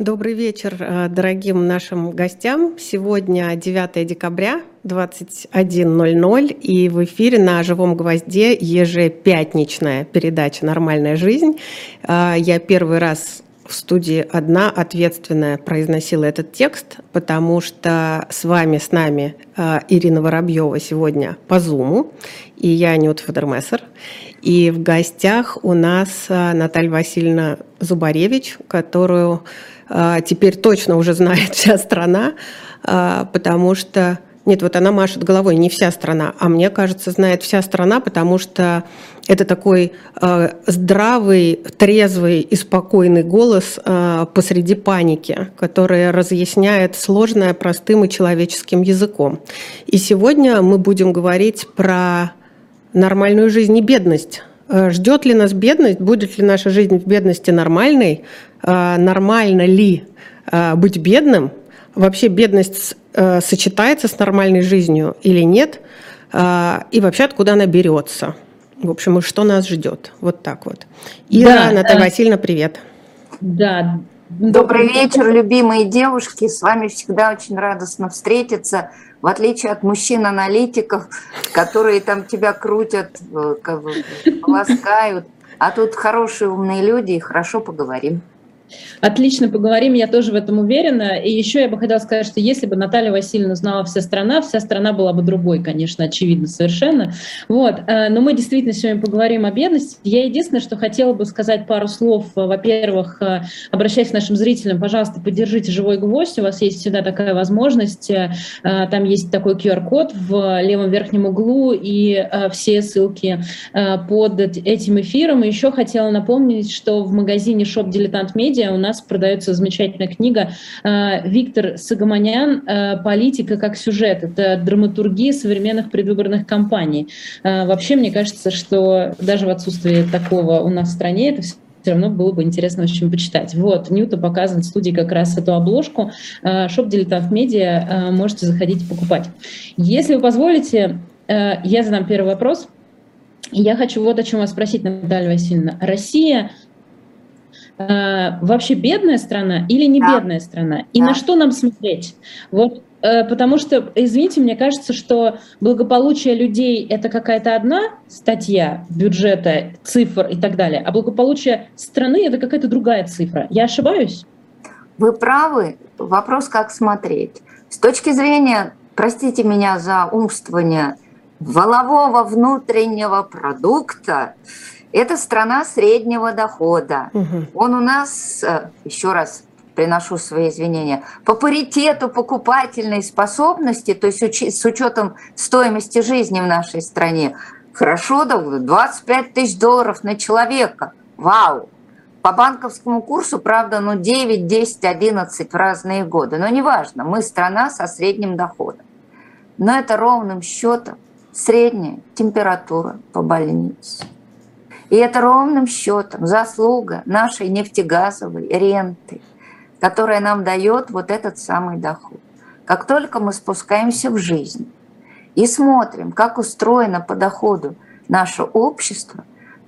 Добрый вечер, дорогим нашим гостям. Сегодня 9 декабря, 21:00, и в эфире на «Живом гвозде» ежепятничная передача «Нормальная жизнь». Я первый раз в студии одна, ответственная, произносила этот текст, потому что с нами Ирина Воробьева сегодня по Зуму, и я Нюта Фодермессер. И в гостях у нас Наталья Васильевна Зубаревич, которую теперь точно уже знает вся страна, потому что... Нет, вот она машет головой, не вся страна, а мне кажется, знает вся страна, потому что это такой здравый, трезвый и спокойный голос посреди паники, который разъясняет сложное простым и человеческим языком. И сегодня мы будем говорить про нормальную жизнь и бедность. Ждет ли нас бедность? Будет ли наша жизнь в бедности нормальной? Нормально ли быть бедным? Вообще бедность сочетается с нормальной жизнью или нет? И вообще откуда она берется? В общем, и что нас ждет? Вот так вот. Ира, да, Наталья Васильевна, привет. Да. Добрый вечер, любимые девушки. С вами всегда очень радостно встретиться. В отличие от мужчин-аналитиков, которые там тебя крутят, ласкают. А тут хорошие умные люди, и хорошо поговорим. Отлично поговорим, я тоже в этом уверена. И еще я бы хотела сказать, что если бы Наталья Васильевна знала вся страна была бы другой, конечно, очевидно совершенно. Вот. Но мы действительно сегодня поговорим о бедности. Я единственное, что хотела бы сказать пару слов. Во-первых, обращаясь к нашим зрителям, пожалуйста, поддержите «Живой гвоздь». У вас есть всегда такая возможность. Там есть такой QR-код в левом верхнем углу и все ссылки под этим эфиром. И еще хотела напомнить, что в магазине Shop Дилетант Медиа у нас продается замечательная книга Виктор Согомонян «Политика как сюжет». Это драматургия современных предвыборных кампаний. Вообще, мне кажется, что даже в отсутствии такого у нас в стране это все равно было бы интересно очень почитать. Вот, Нюта показывает в студии как раз эту обложку. Шоп Дилетант Медиа, можете заходить и покупать. Если вы позволите, я задам первый вопрос. Я хочу вот о чем вас спросить, Наталья Васильевна. Россия вообще бедная страна или не бедная страна? И на что нам смотреть? Вот, потому что, извините, мне кажется, что благополучие людей — это какая-то одна статья бюджета, цифр и так далее, а благополучие страны — это какая-то другая цифра. Я ошибаюсь? Вы правы. Вопрос, как смотреть. С точки зрения, простите меня за умствование, валового внутреннего продукта, это страна среднего дохода. Он у нас, еще раз приношу свои извинения, по паритету покупательной способности, то есть с учетом стоимости жизни в нашей стране, хорошо, $25 тысяч на человека. Вау! По банковскому курсу, правда, 9, 10, 11 в разные годы. Но неважно, мы страна со средним доходом. Но это ровным счетом средняя температура по больнице. И это ровным счетом заслуга нашей нефтегазовой ренты, которая нам дает вот этот самый доход. Как только мы спускаемся в жизнь и смотрим, как устроено по доходу наше общество,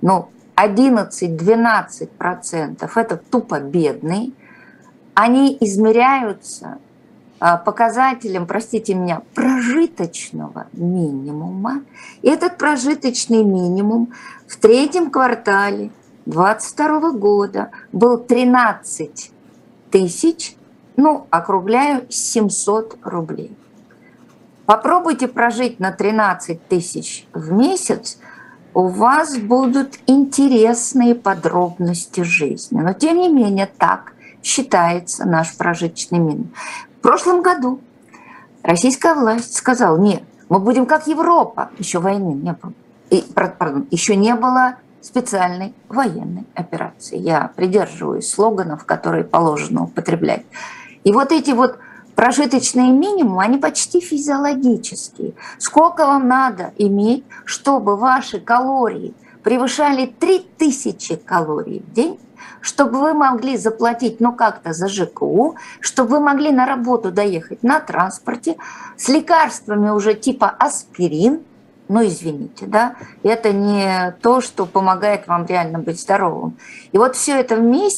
11-12% это тупо бедные, они измеряются показателем, простите меня, прожиточного минимума. И этот прожиточный минимум в третьем квартале 2022 года был 13 тысяч, округляю, 700 рублей. Попробуйте прожить на 13 тысяч в месяц, у вас будут интересные подробности жизни. Но тем не менее так считается наш прожиточный минимум. В прошлом году российская власть сказала: нет, мы будем как Европа. Еще войны не было. Еще не было специальной военной операции. Я придерживаюсь слоганов, которые положено употреблять. И вот эти вот прожиточные минимумы, они почти физиологические. Сколько вам надо иметь, чтобы ваши калории превышали 3000 калорий в день, чтобы вы могли заплатить, как-то за ЖКУ, чтобы вы могли на работу доехать на транспорте, с лекарствами уже типа аспирин, извините, это не то, что помогает вам реально быть здоровым. И вот все это вместе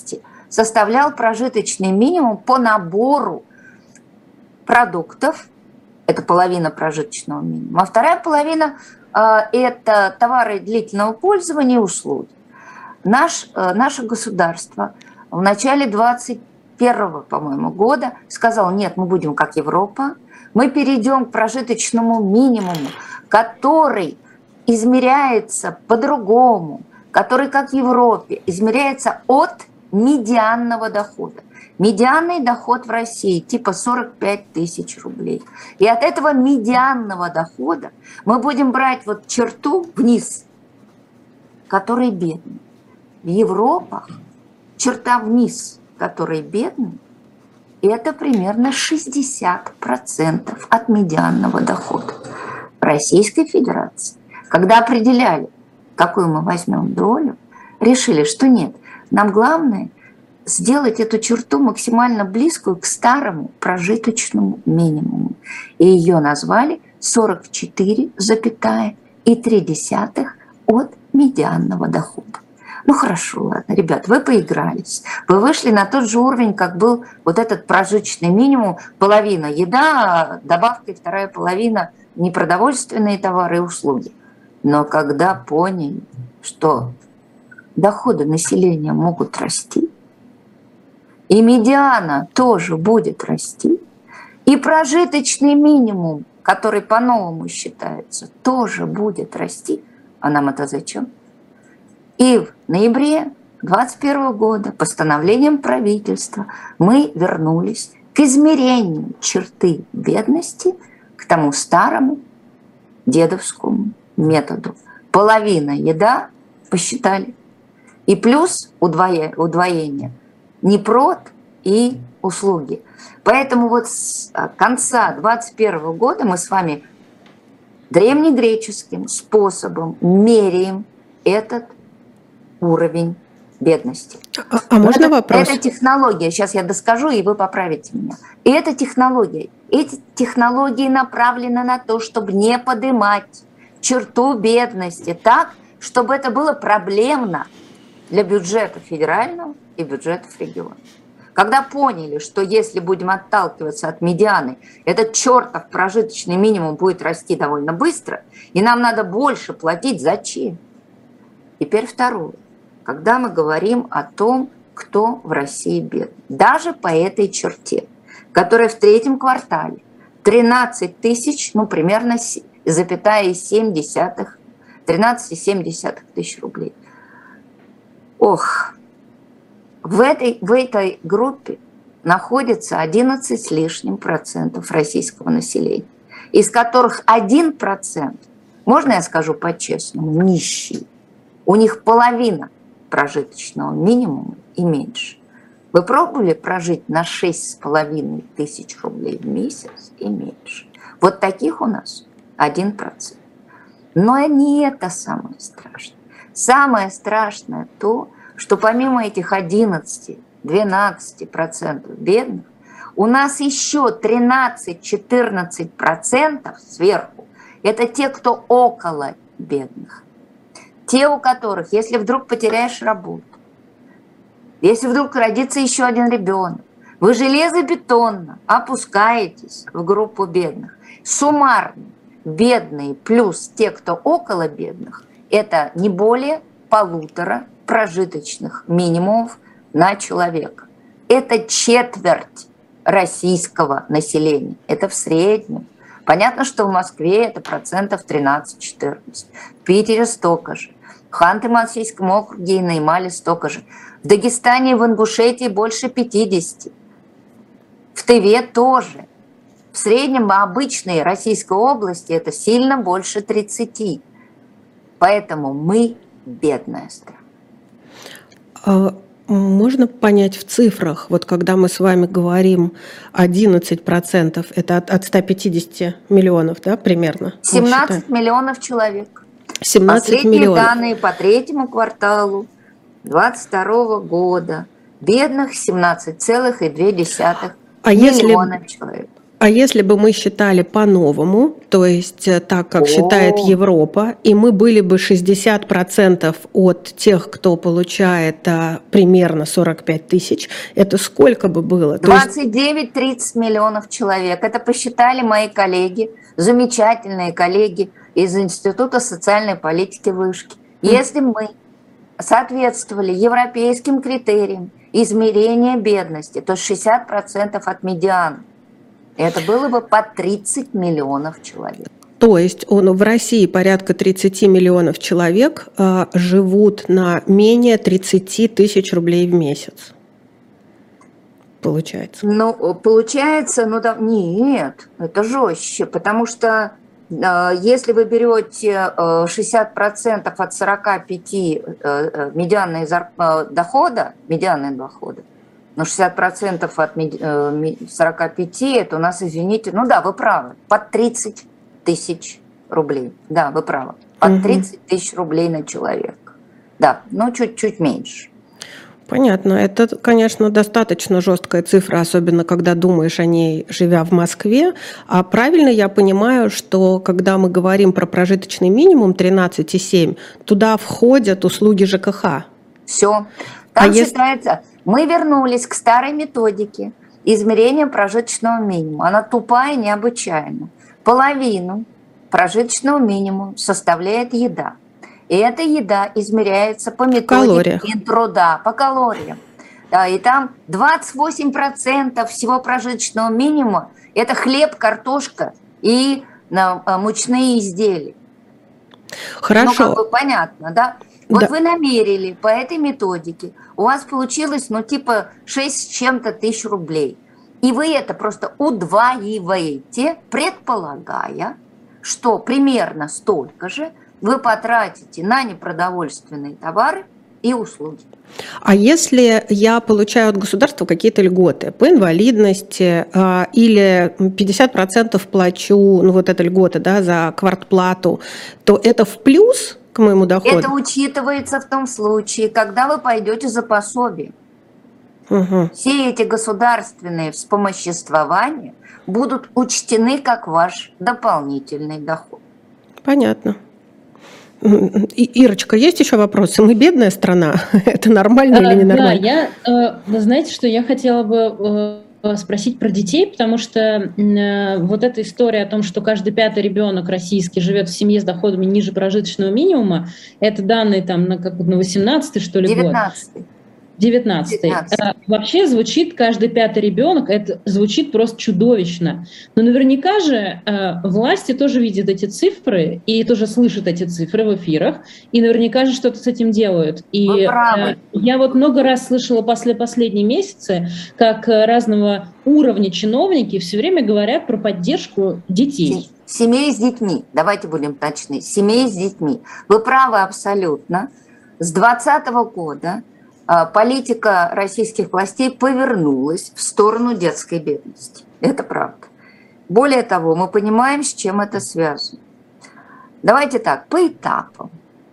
составлял прожиточный минимум по набору продуктов, это половина прожиточного минимума, а вторая половина это товары длительного пользования и услуги. Наше государство в начале 2021, по-моему, года сказало, нет, мы будем как Европа, мы перейдем к прожиточному минимуму, который измеряется по-другому, который, как в Европе, измеряется от медианного дохода. Медианный доход в России типа 45 тысяч рублей. И от этого медианного дохода мы будем брать вот черту вниз, который бедный. В Европах черта вниз, который бедный, это примерно 60% от медианного дохода. В Российской Федерации, когда определяли, какую мы возьмем долю, решили, что нет, нам главное сделать эту черту максимально близкую к старому прожиточному минимуму. И ее назвали 44,3 от медианного дохода. Ну хорошо, ладно, ребят, вы поигрались. Вы вышли на тот же уровень, как был вот этот прожиточный минимум. Половина еда, добавка, вторая половина непродовольственные товары и услуги. Но когда поняли, что доходы населения могут расти, и медиана тоже будет расти, и прожиточный минимум, который по-новому считается, тоже будет расти. А нам это зачем? И в ноябре 2021 года постановлением правительства мы вернулись к измерению черты бедности, к тому старому дедовскому методу. Половина еда, посчитали, и плюс удвоение непрод и услуги. Поэтому вот с конца 2021 года мы с вами древнегреческим способом меряем этот уровень бедности. А можно вопрос? Это технология, сейчас я доскажу, и вы поправите меня. И это технология. Эти технологии направлены на то, чтобы не поднимать черту бедности так, чтобы это было проблемно для бюджета федерального и бюджетов регионов. Когда поняли, что если будем отталкиваться от медианы, этот чертов прожиточный минимум будет расти довольно быстро, и нам надо больше платить, зачем? Теперь второе. Когда мы говорим о том, кто в России бедный, даже по этой черте, которая в третьем квартале 13 тысяч, ну примерно 13,7 тысяч рублей. Ох, в этой группе находится 11 с лишним процентов российского населения, из которых 1%, можно я скажу по-честному, нищие. У них половина прожиточного минимума и меньше. Вы пробовали прожить на 6,5 тысяч рублей в месяц и меньше? Вот таких у нас 1%. Но не это самое страшное. Самое страшное то, что помимо этих 11-12% бедных, у нас еще 13-14% сверху – это те, кто около бедных. Те, у которых, если вдруг потеряешь работу, если вдруг родится еще один ребенок, вы железобетонно опускаетесь в группу бедных. Суммарно бедные плюс те, кто около бедных, это не более 1,5 прожиточных минимумов на человека. Это четверть российского населения. Это в среднем. Понятно, что в Москве это 13-14%. В Питере столько же. В Ханты-Мансийском округе и на Ямале столько же. В Дагестане и в Ингушетии больше 50%. В Тыве тоже. В среднем обычной Российской области это сильно больше 30%. Поэтому мы бедная страна. Можно понять в цифрах, вот когда мы с вами говорим 11%, это от 150 миллионов, да, примерно? 17 миллионов человек. 17 Последние миллионов. данные по третьему кварталу 2022 года. Бедных 17,2 миллиона человек. А если бы мы считали по-новому, то есть так, как считает Европа, и мы были бы 60% от тех, кто получает примерно 45 тысяч, это сколько бы было? 29-30 миллионов человек. Это посчитали мои коллеги, замечательные коллеги из Института социальной политики Вышки. Если мы соответствовали европейским критериям измерения бедности, то 60% от медиана. Это было бы по 30 миллионов человек. То есть в России порядка 30 миллионов человек живут на менее 30 тысяч рублей в месяц. Получается. Получается, нет, это жестче, потому что если вы берете 60% от 45 медианного дохода, но 60% от 45 это у нас, извините, вы правы, под 30 тысяч рублей. Да, вы правы, под 30 тысяч рублей на человека. Да, чуть-чуть меньше. Понятно. Это, конечно, достаточно жесткая цифра, особенно когда думаешь о ней, живя в Москве. А правильно я понимаю, что когда мы говорим про прожиточный минимум 13,7, туда входят услуги ЖКХ? Все. Там считается... Мы вернулись к старой методике измерения прожиточного минимума. Она тупая необычайно. Половину прожиточного минимума составляет еда. И эта еда измеряется по методике труда, по калориям. Да, и там 28% всего прожиточного минимума – это хлеб, картошка и мучные изделия. Хорошо. Понятно, да? Вот вы намерили по этой методике, у вас получилось, 6 с чем-то тысяч рублей. И вы это просто удваиваете, предполагая, что примерно столько же вы потратите на непродовольственные товары и услуги. А если я получаю от государства какие-то льготы по инвалидности или 50% плачу, эта льгота, за квартплату, то это в плюс к моему доходу? Это учитывается в том случае, когда вы пойдете за пособие. Все эти государственные вспомоществования будут учтены как ваш дополнительный доход. Понятно. Ирочка, есть еще вопросы? Мы бедная страна. Это нормально или ненормально? Да, вы знаете, что я хотела бы спросить про детей, потому что вот эта история о том, что каждый 5-й ребенок российский живет в семье с доходами ниже прожиточного минимума, это данные на 18-й, что ли, 19-й. 19-й. Вообще звучит каждый 5-й ребенок, это звучит просто чудовищно. Но наверняка же власти тоже видят эти цифры и тоже слышат эти цифры в эфирах, и наверняка же что-то с этим делают. И я много раз слышала последние месяцы, как разного уровня чиновники все время говорят про поддержку детей. Семей с детьми, давайте будем точны, семей с детьми. Вы правы абсолютно. С 2020 года политика российских властей повернулась в сторону детской бедности. Это правда. Более того, мы понимаем, с чем это связано. Давайте так, по этапам.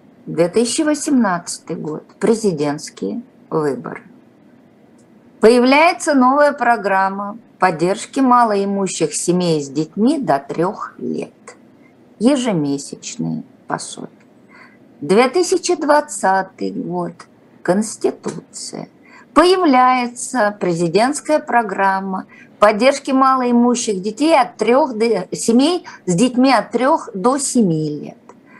2018 год, президентские выборы. Появляется новая программа поддержки малоимущих семей с детьми до 3 лет. Ежемесячные пособия. 2020 год. Конституция. Появляется президентская программа поддержки малоимущих детей семей с детьми от 3 до 7 лет.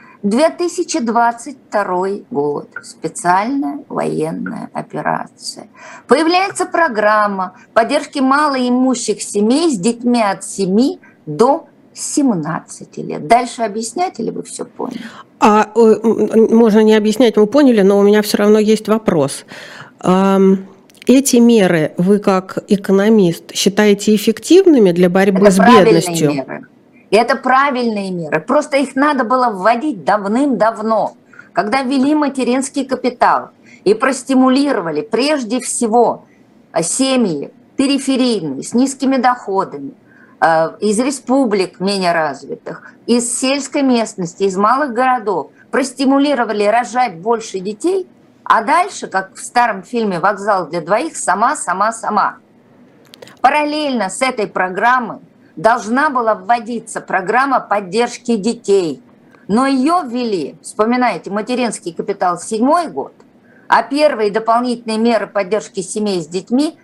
2022 год. Специальная военная операция. Появляется программа поддержки малоимущих семей с детьми от 7 до 17 лет. Дальше объяснять или вы все поняли? Можно не объяснять, мы поняли, но у меня все равно есть вопрос. Эти меры вы как экономист считаете эффективными для борьбы с бедностью? Меры. Это правильные меры. Просто их надо было вводить давным-давно, когда ввели материнский капитал и простимулировали прежде всего семьи периферийные, с низкими доходами, из республик менее развитых, из сельской местности, из малых городов, простимулировали рожать больше детей, а дальше, как в старом фильме «Вокзал для двоих», сама. Параллельно с этой программой должна была вводиться программа поддержки детей. Но ее ввели, вспоминайте, материнский капитал 7-й год, а первые дополнительные меры поддержки семей с детьми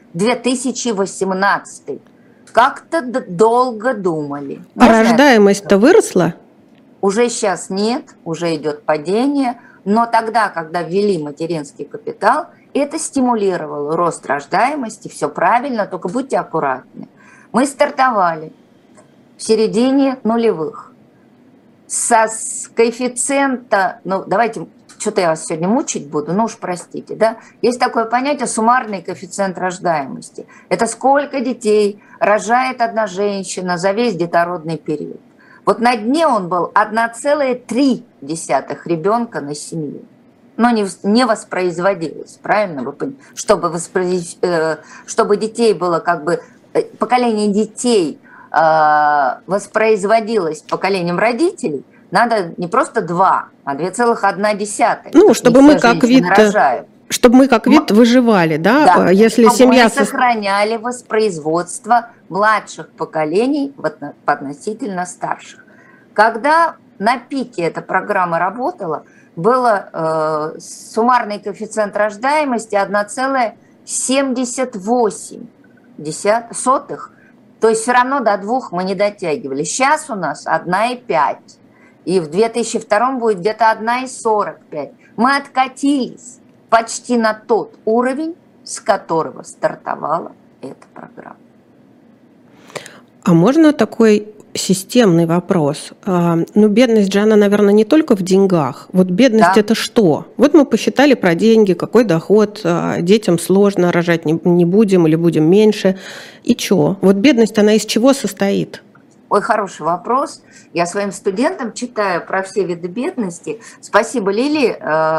2018. Как-то долго думали. А рождаемость-то выросла? Уже сейчас нет, уже идет падение. Но тогда, когда ввели материнский капитал, это стимулировало рост рождаемости, все правильно, только будьте аккуратны. Мы стартовали в середине нулевых. С коэффициента, ну давайте, что-то я вас сегодня мучить буду, ну уж простите, да? Есть такое понятие суммарный коэффициент рождаемости. Это сколько детей рожает одна женщина за весь детородный период. Вот на дне он был 1,3 ребенка на семью. Но не воспроизводилось, правильно? Вы понимаете? Чтобы детей было как бы, поколение детей воспроизводилось поколением родителей, надо не просто 2, а 2,1. Ну, чтобы мы как вид... Чтобы мы как вид выживали, да? Да, если чтобы семья... мы сохраняли воспроизводство младших поколений относительно старших. Когда на пике эта программа работала, был суммарный коэффициент рождаемости 1,78. То есть все равно до 2 мы не дотягивали. Сейчас у нас 1,5. И в 2002 будет где-то 1,45. Мы откатились почти на тот уровень, с которого стартовала эта программа. А можно такой системный вопрос? Ну, бедность же, она, наверное, не только в деньгах. Вот бедность это что? Вот мы посчитали про деньги, какой доход, детям сложно, рожать не будем или будем меньше. И что? Вот бедность, она из чего состоит? Ой, хороший вопрос. Я своим студентам читаю про все виды бедности. Спасибо Лилии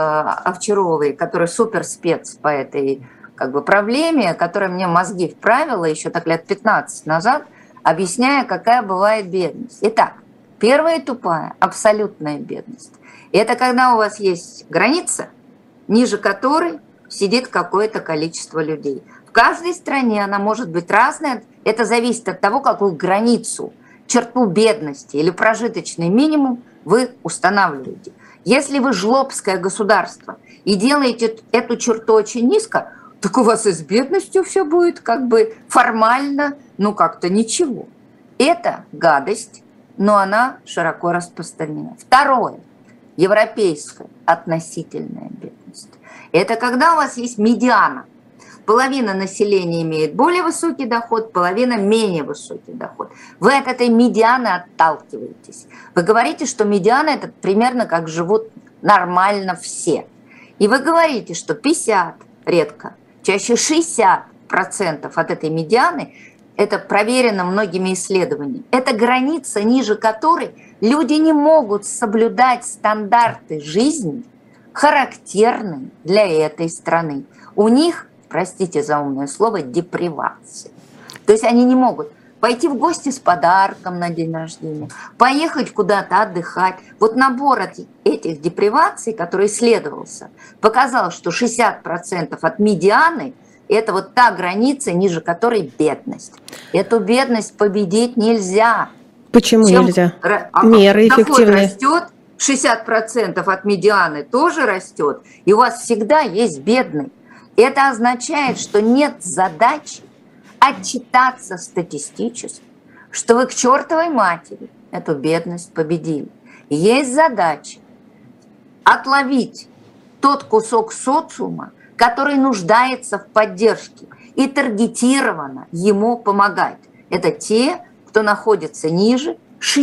Овчаровой, которая суперспец по этой проблеме, которая мне мозги вправила еще так лет 15 назад, объясняя, какая бывает бедность. Итак, первая и тупая, абсолютная бедность. Это когда у вас есть граница, ниже которой сидит какое-то количество людей. В каждой стране она может быть разная. Это зависит от того, какую границу, черту бедности или прожиточный минимум вы устанавливаете. Если вы жлобское государство и делаете эту черту очень низко, так у вас и с бедностью все будет формально, как-то ничего. Это гадость, но она широко распространена. Второе. Европейская относительная бедность. Это когда у вас есть медиана. Половина населения имеет более высокий доход, половина менее высокий доход. Вы от этой медианы отталкиваетесь. Вы говорите, что медиана – это примерно как живут нормально все. И вы говорите, что 50, редко, чаще 60% от этой медианы, это проверено многими исследованиями, это граница, ниже которой люди не могут соблюдать стандарты жизни, характерные для этой страны. У них, простите за умное слово, депривация. То есть они не могут пойти в гости с подарком на день рождения, поехать куда-то отдыхать. Вот набор этих деприваций, который исследовался, показал, что 60% от медианы – это вот та граница, ниже которой бедность. Эту бедность победить нельзя. Почему нельзя? Меры эффективные. Доход растет, 60% от медианы тоже растет, и у вас всегда есть бедный. Это означает, что нет задачи отчитаться статистически, что вы к чертовой матери эту бедность победили. Есть задача отловить тот кусок социума, который нуждается в поддержке, и таргетированно ему помогать. Это те, кто находится ниже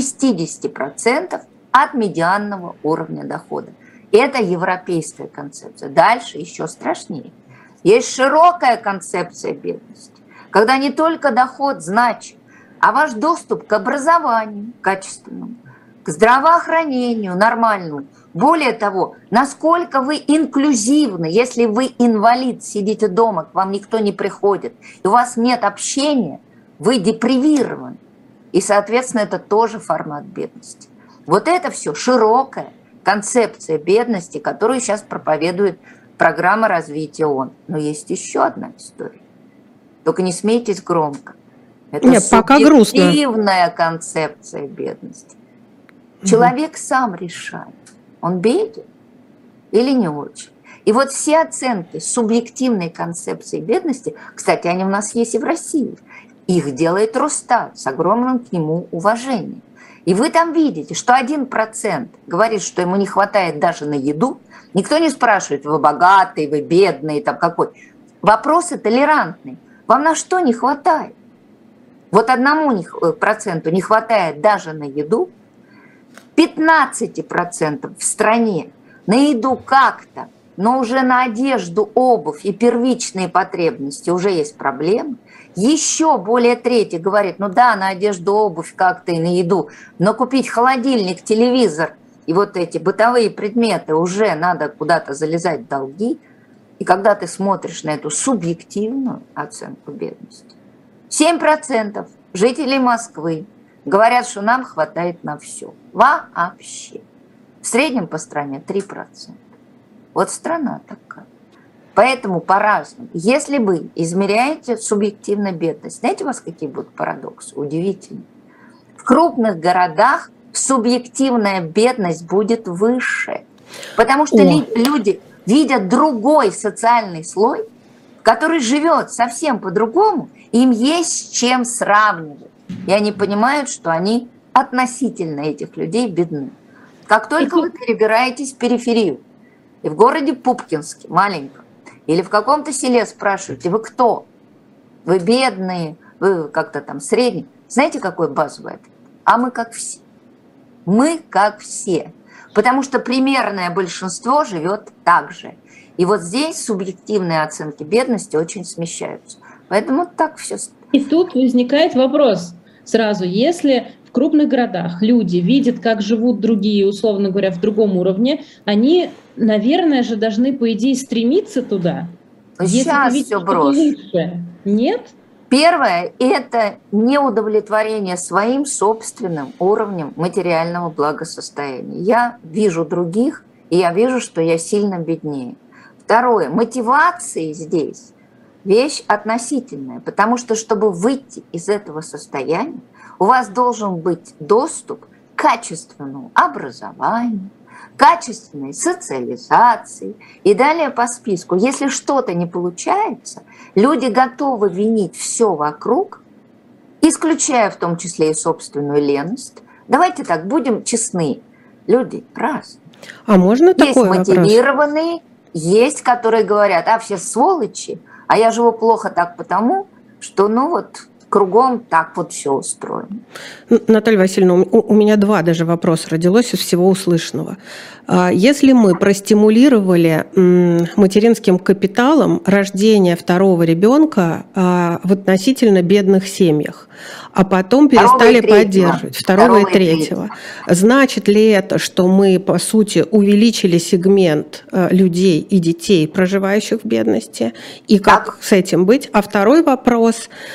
60% от медианного уровня дохода. Это европейская концепция. Дальше еще страшнее. Есть широкая концепция бедности, когда не только доход значим, а ваш доступ к образованию качественному, к здравоохранению нормальному. Более того, насколько вы инклюзивны, если вы инвалид, сидите дома, к вам никто не приходит, и у вас нет общения, вы депривированы. И, соответственно, это тоже формат бедности. Вот это все широкая концепция бедности, которую сейчас проповедует программа развития ООН. Но есть еще одна история. Только не смейтесь громко. Это Нет, пока грустно. субъективная концепция бедности. Человек сам решает, он беден или не очень. И вот все оценки субъективной концепции бедности, кстати, они у нас есть и в России, их делает Росстат с огромным к нему уважением. И вы там видите, что 1% говорит, что ему не хватает даже на еду. Никто не спрашивает, вы богатый, вы бедный, там какой. Вопросы толерантные. Вам на что не хватает? Вот 1% не хватает даже на еду, 15% в стране на еду как-то, но уже на одежду, обувь и первичные потребности уже есть проблемы. Еще более трети говорит, ну да, на одежду, обувь как-то и на еду, но купить холодильник, телевизор и вот эти бытовые предметы уже надо куда-то залезать в долги. И когда ты смотришь на эту субъективную оценку бедности, 7% жителей Москвы говорят, что нам хватает на все. Вообще. В среднем по стране 3%. Вот страна такая. Поэтому по-разному. Если вы измеряете субъективно бедность, знаете, у вас какие будут парадоксы? Удивительные. В крупных городах субъективная бедность будет выше. Потому что люди видят другой социальный слой, который живет совсем по-другому, им есть с чем сравнивать. И они понимают, что они относительно этих людей бедны. Как только вы перебираетесь в периферию, и в городе Пупкинске, маленьком, или в каком-то селе спрашиваете, вы кто? Вы бедные, вы как-то там средние. Знаете, какой базовый ответ? А мы как все. Мы как все. Потому что примерное большинство живет так же. И вот здесь субъективные оценки бедности очень смещаются. Поэтому так все. И тут возникает вопрос сразу, если в крупных городах люди видят, как живут другие, условно говоря, в другом уровне, они, наверное же, должны, по идее, стремиться туда. Сейчас все брошу. Нет? Первое – это неудовлетворение своим собственным уровнем материального благосостояния. Я вижу других, и я вижу, что я сильно беднее. Второе – мотивации здесь вещь относительная, потому что, чтобы выйти из этого состояния, у вас должен быть доступ к качественному образованию, качественной социализации и далее по списку. Если что-то не получается, люди готовы винить все вокруг, исключая в том числе и собственную леность. Давайте так, будем честны. Люди разные. А можно такой вопрос? Есть мотивированные, есть, которые говорят, а все сволочи, а я живу плохо так потому, что кругом так вот все устроено. Наталья Васильевна, у меня два даже вопроса родилось из всего услышанного. Если мы простимулировали материнским капиталом рождение второго ребенка в относительно бедных семьях, а потом перестали поддерживать второго и третьего, значит ли это, что мы, по сути, увеличили сегмент людей и детей, проживающих в бедности, и как с этим быть? А второй вопрос –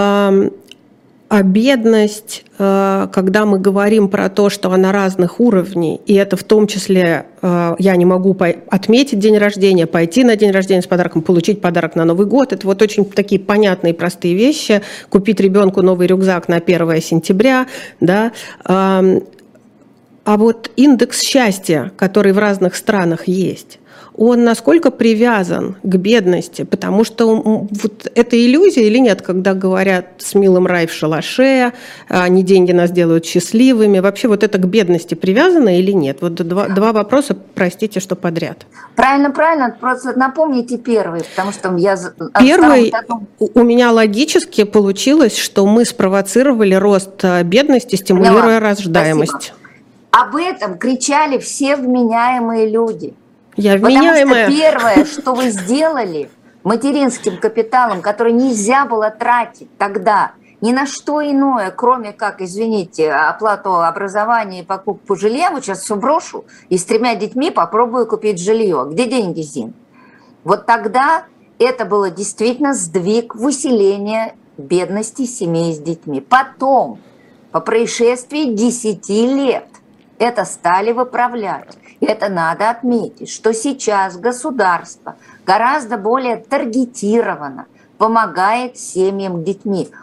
а бедность, когда мы говорим про то, что она разных уровней, и это в том числе я не могу отметить день рождения, пойти на день рождения с подарком, получить подарок на Новый год, это вот очень такие понятные простые вещи, купить ребенку новый рюкзак на 1 сентября, да, а вот индекс счастья, который в разных странах есть, он насколько привязан к бедности? Потому что вот это иллюзия или нет, когда говорят «с милым рай в шалаше», «не деньги нас делают счастливыми». Вообще вот это к бедности привязано или нет? Вот два вопроса, простите, что подряд. Правильно. Просто напомните первый, потому что я... Первый, у меня логически получилось, что мы спровоцировали рост бедности, стимулируя рождаемость. Спасибо. Об этом кричали все вменяемые люди. Я вменяемая. Потому что первое, что вы сделали материнским капиталом, который нельзя было тратить тогда ни на что иное, кроме как, извините, оплату образования и покупку жилья, вот сейчас все брошу и с 3 детьми попробую купить жилье. Где деньги, Зин? Вот тогда это было действительно сдвиг в усиление бедности семей с детьми. Потом, по происшествии 10 лет, это стали выправлять. И это надо отметить, что сейчас государство гораздо более таргетированно помогает семьям с детьми.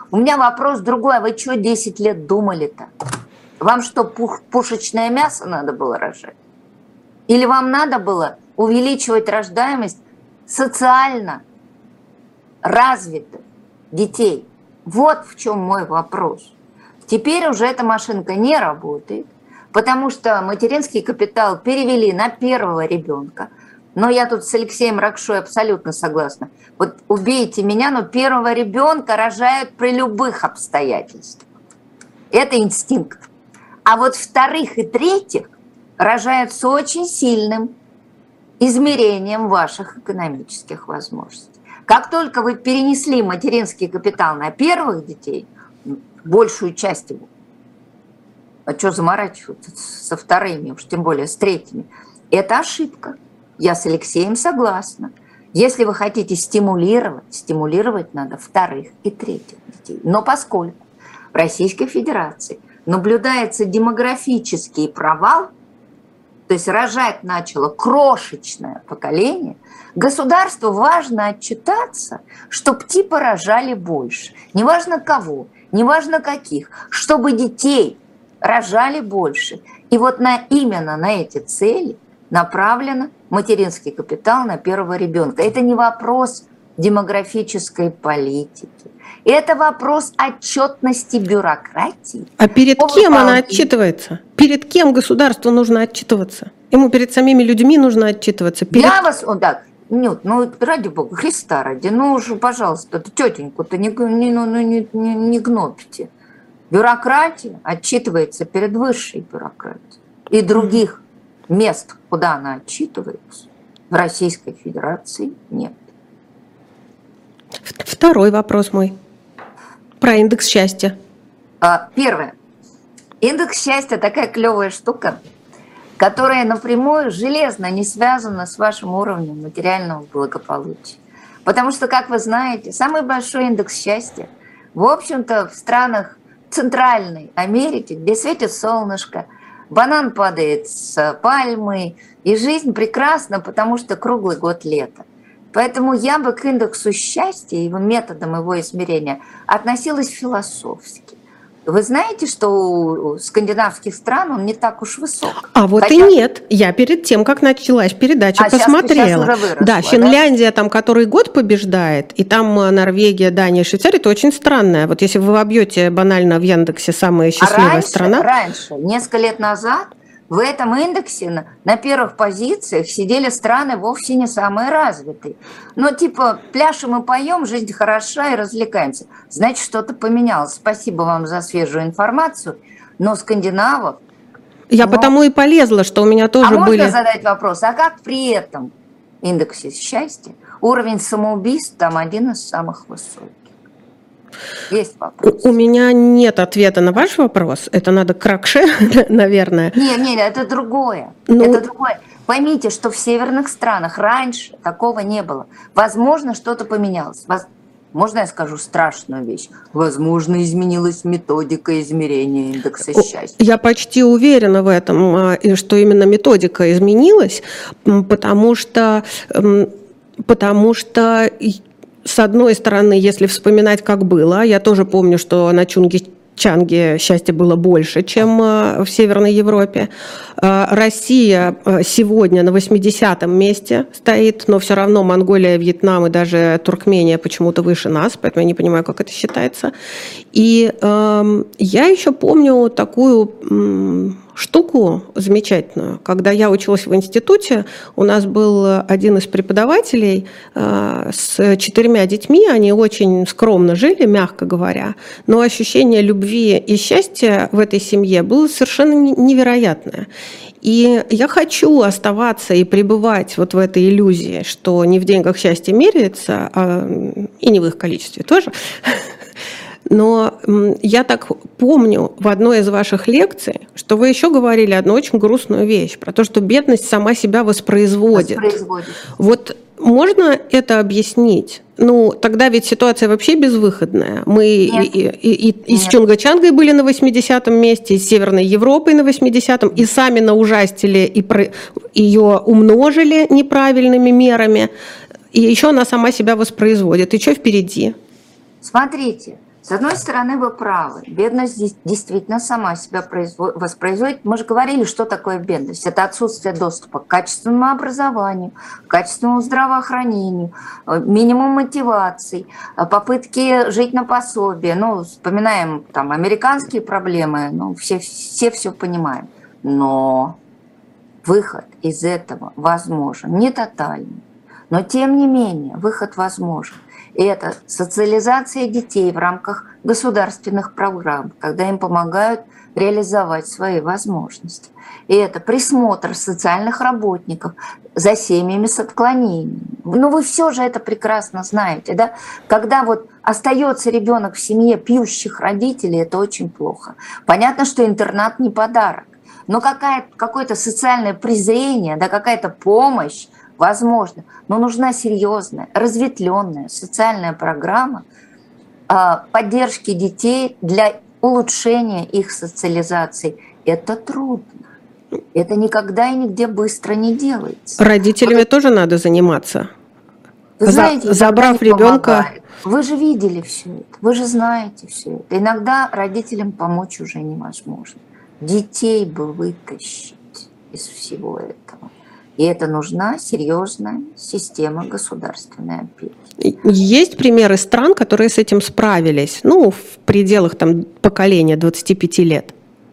У меня вопрос другой. А вы что 10 лет думали-то? Вам что, пушечное мясо надо было рожать? Или вам надо было увеличивать рождаемость социально развитых детей? Вот в чем мой вопрос. Теперь уже эта машинка не работает, потому что материнский капитал перевели на первого ребенка. Но я тут с Алексеем Ракшой абсолютно согласна. Вот убейте меня, но первого ребенка рожают при любых обстоятельствах. Это инстинкт. А вот вторых и третьих рожают с очень сильным измерением ваших экономических возможностей. Как только вы перенесли материнский капитал на первых детей, большую часть его, а что заморачиваться со вторыми, уж тем более с третьими, это ошибка. Я с Алексеем согласна. Если вы хотите стимулировать надо вторых и третьих детей. Но поскольку в Российской Федерации наблюдается демографический провал, то есть рожать начало крошечное поколение, государству важно отчитаться, чтобы типа рожали больше. Неважно кого, неважно каких, чтобы детей рожали больше. И вот именно на эти цели направлен материнский капитал на первого ребенка. Это не вопрос демографической политики. Это вопрос отчетности бюрократии. А перед кем она отчитывается? Перед кем государству нужно отчитываться? Ему перед самими людьми нужно отчитываться. Я вас, Нют, ради бога, Христа ради, уже, пожалуйста, тетеньку-то не гнобите. Бюрократия отчитывается перед высшей бюрократией. И других мест, куда она отчитывается, в Российской Федерации нет. Второй вопрос мой. Про индекс счастья. Первое. Индекс счастья такая клевая штука, которая напрямую железно не связана с вашим уровнем материального благополучия. Потому что, как вы знаете, самый большой индекс счастья, в общем-то, в странах Центральной Америки, где светит солнышко, банан падает с пальмы, и жизнь прекрасна, потому что круглый год лето. Поэтому я бы к индексу счастья и методам его измерения относилась философски. Вы знаете, что у скандинавских стран он не так уж высок. А вот и нет. Я перед тем, как началась передача, посмотрела. Сейчас уже выросло, да, Финляндия там который год побеждает, и там Норвегия, Дания, Швейцария, это очень странное. Вот если вы вобьете банально в Яндексе самая счастливая страна. Раньше, несколько лет назад, в этом индексе на первых позициях сидели страны вовсе не самые развитые. Но типа пляшем и поем, жизнь хороша и развлекаемся. Значит, что-то поменялось. Спасибо вам за свежую информацию. Но скандинавов... Я потому и полезла, что у меня тоже были... можно задать вопрос, а как при этом индексе счастья уровень самоубийств там один из самых высоких? Есть вопрос. У меня нет ответа на ваш вопрос. Это надо к Ракше, наверное. Нет, это другое. Это другое. Поймите, что в северных странах раньше такого не было. Возможно, что-то поменялось. Можно я скажу страшную вещь? Возможно, изменилась методика измерения индекса счастья. Я почти уверена в этом, что именно методика изменилась, потому что с одной стороны, если вспоминать, как было, я тоже помню, что на Чунге-Чанге счастья было больше, чем в Северной Европе. Россия сегодня на 80-м месте стоит, но все равно Монголия, Вьетнам и даже Туркмения почему-то выше нас, поэтому я не понимаю, как это считается. И я еще помню такую штуку замечательную. Когда я училась в институте, у нас был один из преподавателей с 4 детьми, они очень скромно жили, мягко говоря, но ощущение любви и счастья в этой семье было совершенно невероятное. И я хочу оставаться и пребывать вот в этой иллюзии, что не в деньгах счастье меряется, и не в их количестве тоже. Но я так помню в одной из ваших лекций, что вы еще говорили одну очень грустную вещь, про то, что бедность сама себя воспроизводит. Вот можно это объяснить? Тогда ведь ситуация вообще безвыходная. Мы и с Чунга-Чангой были на 80-м месте, и с Северной Европой на 80-м, и сами наужастили, и ее умножили неправильными мерами, и еще она сама себя воспроизводит. И что впереди? Смотрите, С одной стороны, вы правы. Бедность действительно сама себя воспроизводит. Мы же говорили, что такое бедность. Это отсутствие доступа к качественному образованию, к качественному здравоохранению, минимум мотиваций, попытки жить на пособие. Ну, вспоминаем там американские проблемы, ну, все понимаем. Но выход из этого возможен. Не тотальный, но тем не менее выход возможен. И это социализация детей в рамках государственных программ, когда им помогают реализовать свои возможности. И это присмотр социальных работников за семьями с отклонениями. Ну, вы все же это прекрасно знаете, да? Когда вот остается ребенок в семье пьющих родителей, это очень плохо. Понятно, что интернат не подарок, но какое-то социальное презрение, да, какая-то помощь, возможно, но нужна серьезная, разветвленная социальная программа поддержки детей для улучшения их социализации. Это трудно. Это никогда и нигде быстро не делается. Родителями тоже надо заниматься. Вы знаете, забрав ребенка. Вы же видели все это, вы же знаете все это. Иногда родителям помочь уже невозможно. Детей бы вытащить из всего этого. И это нужна серьезная система государственной опеки. Есть примеры стран, которые с этим справились, ну, в пределах там поколения 25 лет?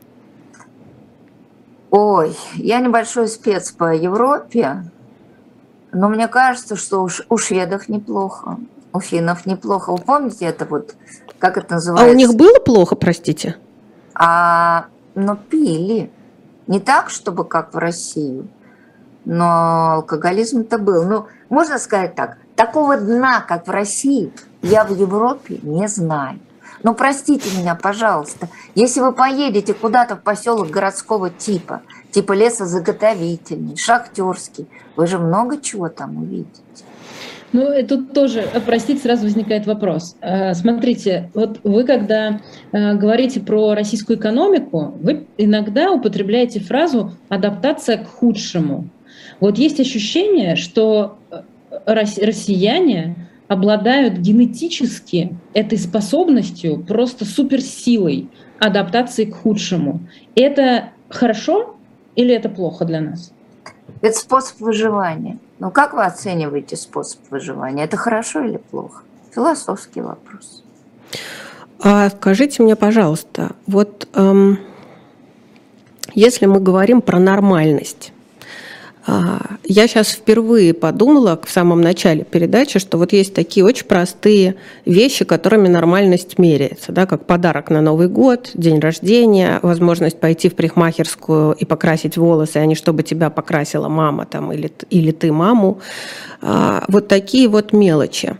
Ой, я небольшой спец по Европе, но мне кажется, что у шведов неплохо, у финнов неплохо. Вы помните это вот, как это называется? А у них было плохо, простите? Но пили. Не так, чтобы как в России. Но алкоголизм-то был. Ну, можно сказать так, такого дна, как в России, я в Европе не знаю. Но простите меня, пожалуйста, если вы поедете куда-то в поселок городского типа лесозаготовительный, шахтерский, вы же много чего там увидите. Ну, и тут тоже, простите, сразу возникает вопрос. Смотрите, вот вы, когда говорите про российскую экономику, вы иногда употребляете фразу «адаптация к худшему». Вот есть ощущение, что россияне обладают генетически этой способностью, просто суперсилой адаптации к худшему. Это хорошо или это плохо для нас? Это способ выживания. Ну, как вы оцениваете способ выживания? Это хорошо или плохо? Философский вопрос. Скажите мне, пожалуйста, вот если мы говорим про нормальность, я сейчас впервые подумала в самом начале передачи, что вот есть такие очень простые вещи, которыми нормальность меряется, да, как подарок на Новый год, день рождения, возможность пойти в парикмахерскую и покрасить волосы, а не чтобы тебя покрасила мама там, или ты маму. Вот такие вот мелочи.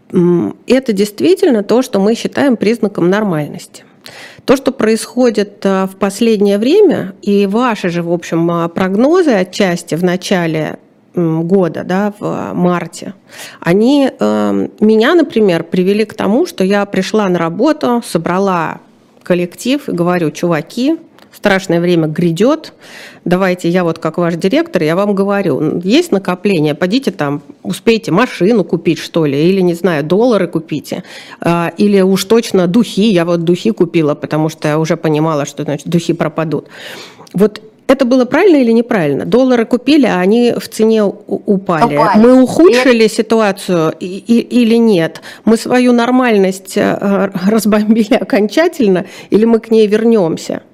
Это действительно то, что мы считаем признаком нормальности. То, что происходит в последнее время, и ваши же, в общем, прогнозы отчасти в начале года, да, в марте, они меня, например, привели к тому, что я пришла на работу, собрала коллектив и говорю: чуваки, страшное время грядет, давайте я вот как ваш директор, я вам говорю, есть накопление, пойдите там, успейте машину купить, что ли, или, не знаю, доллары купите, или уж точно духи, я вот духи купила, потому что я уже понимала, что, значит, духи пропадут. Вот это было правильно или неправильно? Доллары купили, а они в цене упали. Мы ухудшили ситуацию или нет? Мы свою нормальность разбомбили окончательно, или мы к ней вернемся?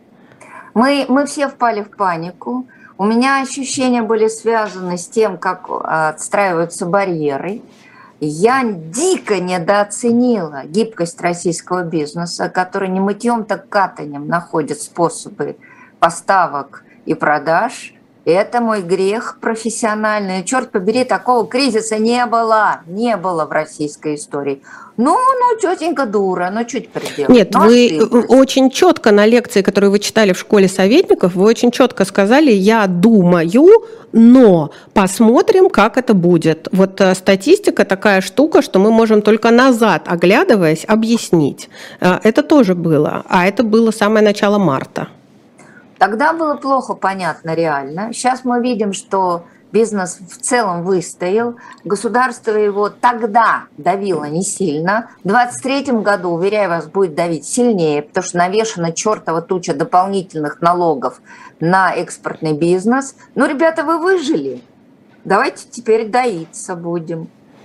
Мы все впали в панику. У меня ощущения были связаны с тем, как отстраиваются барьеры. Я дико недооценила гибкость российского бизнеса, который не мытьем, так катанием находит способы поставок и продаж. Это мой грех профессиональный. Черт побери, такого кризиса не было в российской истории. Ну, тетенька дура, что теперь делать? Нет, вы очень четко на лекции, которую вы читали в школе советников, вы очень четко сказали: я думаю, но посмотрим, как это будет. Вот статистика такая штука, что мы можем только назад, оглядываясь, объяснить. Это тоже было, а это было самое начало марта. Тогда было плохо понятно реально. Сейчас мы видим, что бизнес в целом выстоял, государство его тогда давило не сильно, в 2023 году, уверяю вас, будет давить сильнее, потому что навешана чертова туча дополнительных налогов на экспортный бизнес. Ну, ребята, вы выжили, давайте теперь доиться будем.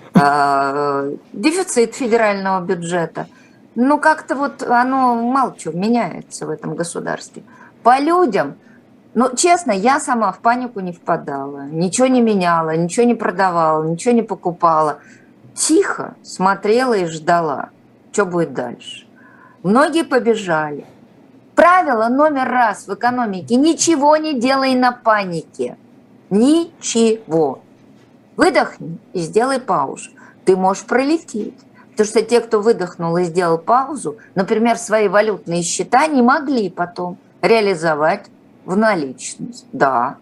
Дефицит федерального бюджета. Ну, как-то вот оно мало чего меняется в этом государстве. По людям, ну, честно, я сама в панику не впадала, ничего не меняла, ничего не продавала, ничего не покупала. Тихо смотрела и ждала, что будет дальше. Многие побежали. Правило номер раз в экономике: ничего не делай на панике. Ничего. Выдохни и сделай паузу. Ты можешь пролететь. Потому что те, кто выдохнул и сделал паузу, например, свои валютные счета не могли потом реализовать в наличность. Да.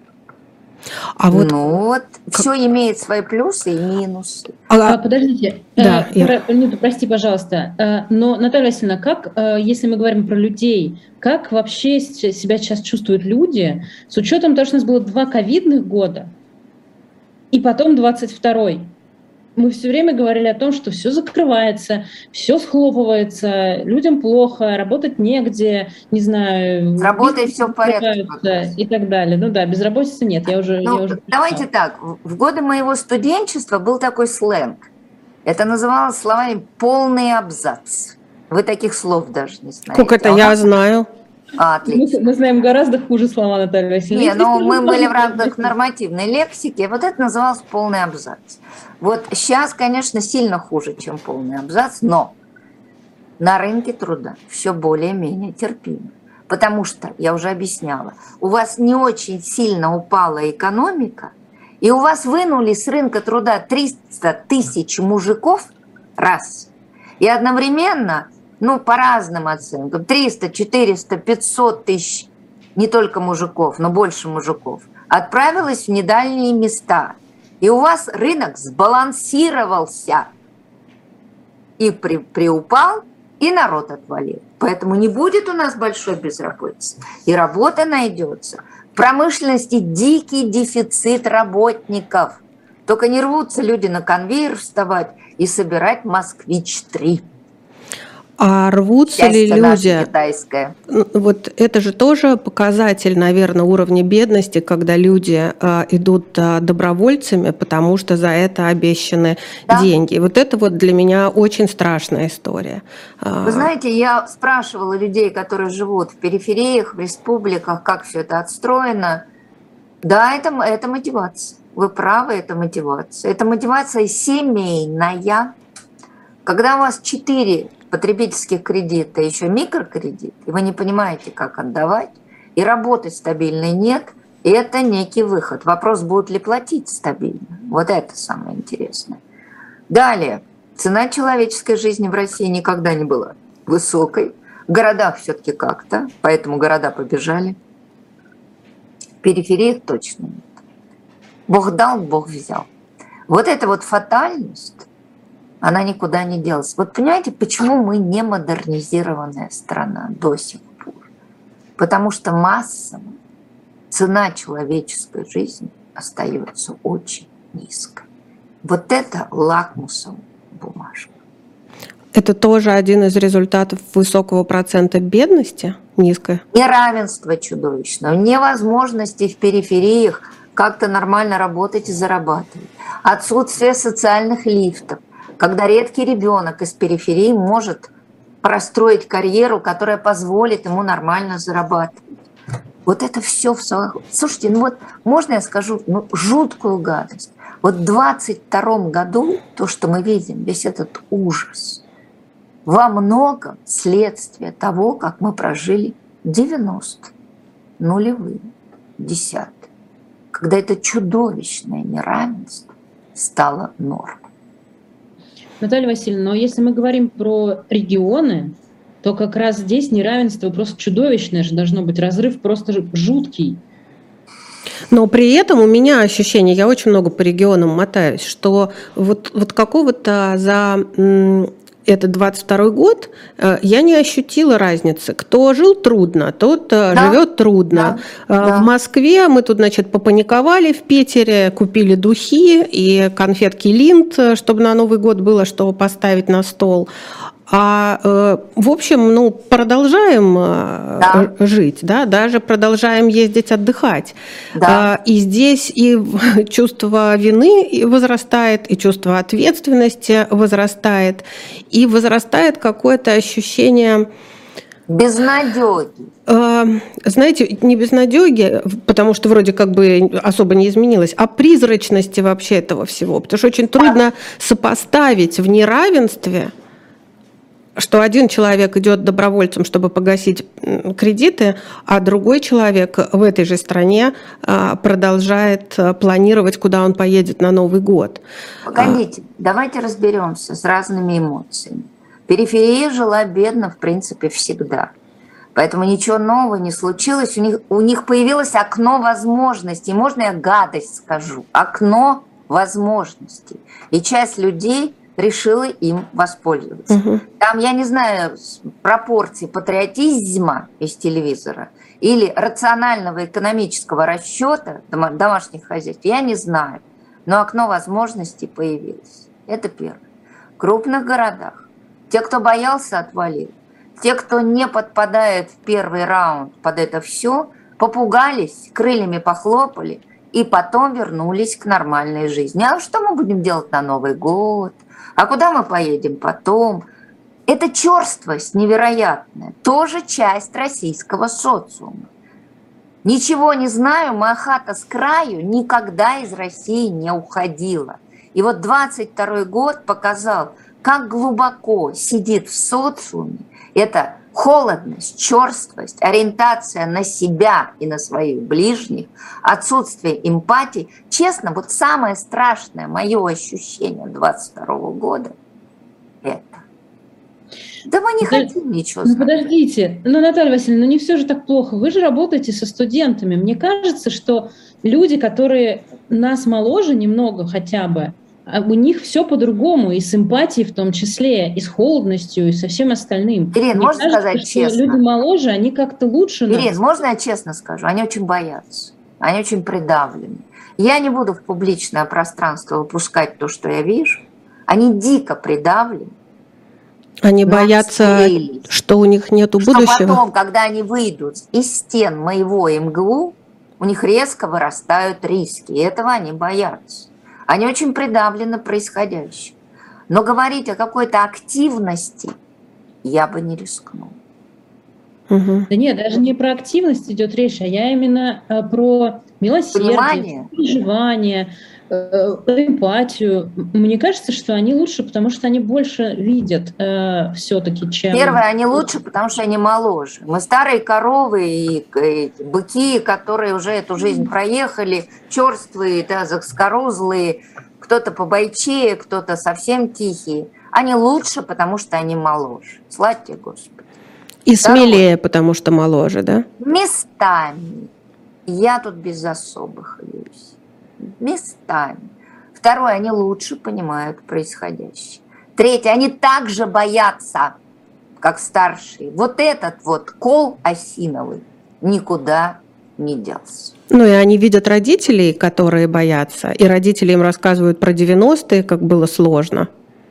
Ну вот, все имеет свои плюсы и минусы. Подождите, да, прости, пожалуйста. Но, Наталья Васильевна, как, если мы говорим про людей, как вообще себя сейчас чувствуют люди, с учетом того, что у нас было 2 ковидных года, и потом 22-й? Мы все время говорили о том, что все закрывается, все схлопывается, людям плохо, работать негде, не знаю. С работой все в порядке. И так далее. Ну да, безработицы нет. Я уже давайте так. В годы моего студенчества был такой сленг. Это называлось словами «полный абзац». Вы таких слов даже не знаете. Как это я знаю? Отлично. Мы знаем гораздо хуже слова, Наталья Васильевна. Не, но мы были в рамках нормативной лексики. Вот это называлось полный абзац. Вот сейчас, конечно, сильно хуже, чем полный абзац, но на рынке труда все более-менее терпимо. Потому что, я уже объясняла, у вас не очень сильно упала экономика, и у вас вынули с рынка труда 300 тысяч мужиков раз, и одновременно... Ну, по разным оценкам, 300, 400, 500 тысяч, не только мужиков, но больше мужиков, отправилось в недальние места. И у вас рынок сбалансировался. И приупал, и народ отвалил. Поэтому не будет у нас большой безработицы. И работа найдется. В промышленности дикий дефицит работников. Только не рвутся люди на конвейер вставать и собирать «Москвич-3». А рвутся ли люди? Вот это же тоже показатель, наверное, уровня бедности, когда люди идут добровольцами, потому что за это обещаны деньги. Вот это вот для меня очень страшная история. Вы знаете, я спрашивала людей, которые живут в перифериях, в республиках, как все это отстроено. Да, это мотивация. Вы правы, это мотивация. Это мотивация семейная. Когда у вас 4 потребительских кредита, еще микрокредит, и вы не понимаете, как отдавать, и работы стабильной нет, и это некий выход. Вопрос, будут ли платить стабильно. Вот это самое интересное. Далее. Цена человеческой жизни в России никогда не была высокой. В городах все-таки как-то, поэтому города побежали. В перифериях точно нет. Бог дал, Бог взял. Вот эта вот фатальность, она никуда не делась. Вот понимаете, почему мы не модернизированная страна до сих пор? Потому что массово цена человеческой жизни остается очень низкой. Вот это лакмусовая бумажка. Это тоже один из результатов высокого процента бедности, низкой? Неравенство чудовищное, невозможности в перифериях как-то нормально работать и зарабатывать. Отсутствие социальных лифтов. Когда редкий ребенок из периферии может простроить карьеру, которая позволит ему нормально зарабатывать. Вот это все в своих... Слушайте, ну вот можно я скажу жуткую гадость? Вот в 2022 году то, что мы видим, весь этот ужас, во многом следствие того, как мы прожили 90-е, нулевые, 10-е, когда это чудовищное неравенство стало нормой. Наталья Васильевна, но если мы говорим про регионы, то как раз здесь неравенство просто чудовищное же должно быть, разрыв просто жуткий. Но при этом у меня ощущение, я очень много по регионам мотаюсь, что вот какого-то за этот 22 год, я не ощутила разницы. Кто жил трудно, тот живет трудно. В Москве мы тут, значит, попаниковали в Питере, купили духи и конфетки Линд, чтобы на Новый год было что поставить на стол. В общем, продолжаем жить, да, даже продолжаем ездить отдыхать. Да. И здесь и чувство вины возрастает, и чувство ответственности возрастает, и возрастает какое-то ощущение... Безнадёги. Знаете, не безнадёги, потому что вроде как бы особо не изменилось, а призрачности вообще этого всего. Потому что очень трудно сопоставить в неравенстве, что один человек идет добровольцем, чтобы погасить кредиты, а другой человек в этой же стране продолжает планировать, куда он поедет на Новый год. Погодите, давайте разберемся с разными эмоциями. Периферия жила бедно, в принципе, всегда. Поэтому ничего нового не случилось. У них появилось окно возможностей. Можно я гадость скажу? Окно возможностей. И часть людей решила им воспользоваться. Угу. Там, я не знаю, пропорции патриотизма из телевизора или рационального экономического расчета домашних хозяйств, я не знаю. Но окно возможностей появилось. Это первое. В крупных городах те, кто боялся, отвалил. Те, кто не подпадает в первый раунд под это все, попугались, крыльями похлопали и потом вернулись к нормальной жизни. А что мы будем делать на Новый год? А куда мы поедем потом? Это черствость невероятная, тоже часть российского социума. Ничего не знаю, моя хата с краю никогда из России не уходила. И вот 22 год показал, как глубоко сидит в социуме эта холодность, черствость, ориентация на себя и на своих ближних, отсутствие эмпатии. Честно, вот самое страшное мое ощущение 22 года – это. Да мы не хотим ничего знать. Подождите, Наталья Васильевна, не все же так плохо. Вы же работаете со студентами. Мне кажется, что люди, которые нас моложе немного хотя бы, у них все по-другому, и с эмпатией в том числе, и с холодностью, и со всем остальным. Ирина, можно кажется, сказать что честно? Люди моложе, они как-то лучше нас. Ирина, можно я честно скажу? Они очень боятся, они очень придавлены. Я не буду в публичное пространство выпускать то, что я вижу. Они дико придавлены. Они боятся, что у них нет будущего. Что потом, когда они выйдут из стен моего МГУ, у них резко вырастают риски. И этого они боятся. Они очень придавлены происходящим. Но говорить о какой-то активности я бы не рискнула. Угу. Да нет, даже не про активность идет речь, а я именно про милосердие, переживание, эмпатию. Мне кажется, что они лучше, потому что они больше видят все-таки, чем... Первое, они лучше, потому что они моложе. Мы старые коровы и быки, которые уже эту жизнь проехали, черствые, да, заскорузлые, кто-то побойчее, кто-то совсем тихие. Они лучше, потому что они моложе. Славьте Господи. И смелее, потому что моложе, да? Местами. Я тут без особых иллюзий. Местами. Второе, они лучше понимают происходящее. Третье, они также боятся, как старшие. Вот этот вот кол осиновый никуда не делся. Ну и они видят родителей, которые боятся, и родители им рассказывают про 90-е, как было сложно.